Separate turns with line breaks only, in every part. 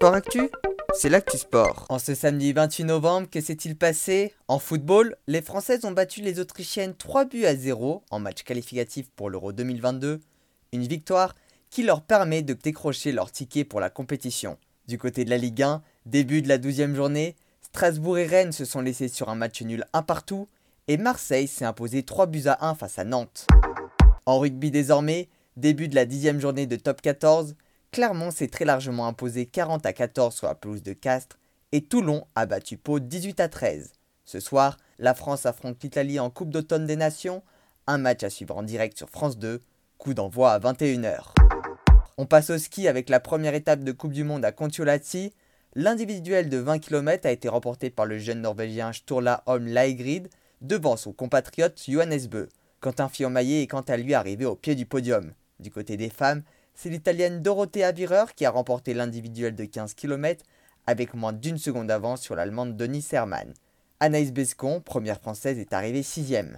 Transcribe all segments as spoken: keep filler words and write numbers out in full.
Sport Actu, c'est l'actu sport. En ce samedi vingt-huit novembre, que s'est-il passé? En football, les Françaises ont battu les Autrichiennes trois buts à zéro en match qualificatif pour l'Euro deux mille vingt-deux. Une victoire qui leur permet de décrocher leur ticket pour la compétition. Du côté de la Ligue un, début de la douzième journée, Strasbourg et Rennes se sont laissés sur un match nul un partout et Marseille s'est imposé trois buts à un face à Nantes. En rugby désormais, début de la dixième journée de top quatorze, Clermont s'est très largement imposé quarante à quatorze sur la pelouse de Castres et Toulon a battu Pau dix-huit à treize. Ce soir, la France affronte l'Italie en Coupe d'automne des Nations, un match à suivre en direct sur France deux, coup d'envoi à vingt et une heures. On passe au ski avec la première étape de Coupe du Monde à Kontiolahti. L'individuel de vingt kilomètres a été remporté par le jeune Norvégien Sturla Holm Laegrid devant son compatriote Johannes Bö. Quentin Fillon-Maillet est quant à lui arrivé au pied du podium. Du côté des femmes, c'est l'Italienne Dorothea Virer qui a remporté l'individuel de quinze kilomètres avec moins d'une seconde d'avance sur l'Allemande Denise Herrmann. Anaïs Bescon, première française, est arrivée sixième.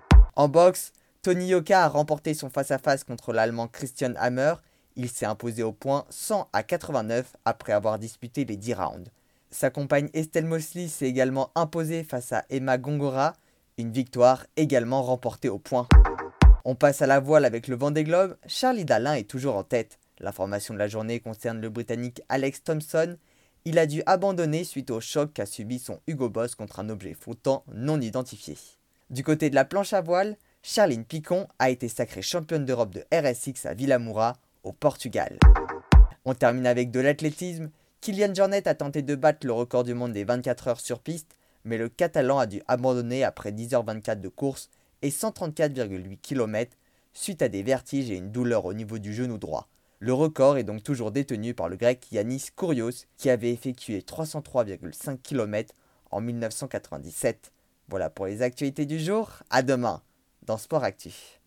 En boxe, Tony Yoka a remporté son face-à-face contre l'Allemand Christian Hammer. Il s'est imposé au point cent à quatre-vingt-neuf après avoir disputé les dix rounds. Sa compagne Estelle Mosley s'est également imposée face à Emma Gongora, une victoire également remportée au point. On passe à la voile avec le Vendée Globe. Charlie Dalin est toujours en tête. L'information de la journée concerne le Britannique Alex Thompson. Il a dû abandonner suite au choc qu'a subi son Hugo Boss contre un objet flottant non identifié. Du côté de la planche à voile, Charline Picon a été sacrée championne d'Europe de R S X à Villamoura, au Portugal. On termine avec de l'athlétisme. Kylian Jornet a tenté de battre le record du monde des vingt-quatre heures sur piste, mais le Catalan a dû abandonner après dix heures vingt-quatre de course et cent trente-quatre virgule huit kilomètres suite à des vertiges et une douleur au niveau du genou droit. Le record est donc toujours détenu par le grec Yannis Kourios qui avait effectué trois cent trois virgule cinq kilomètres en mille neuf cent quatre-vingt-dix-sept. Voilà pour les actualités du jour, à demain dans Sport Actu.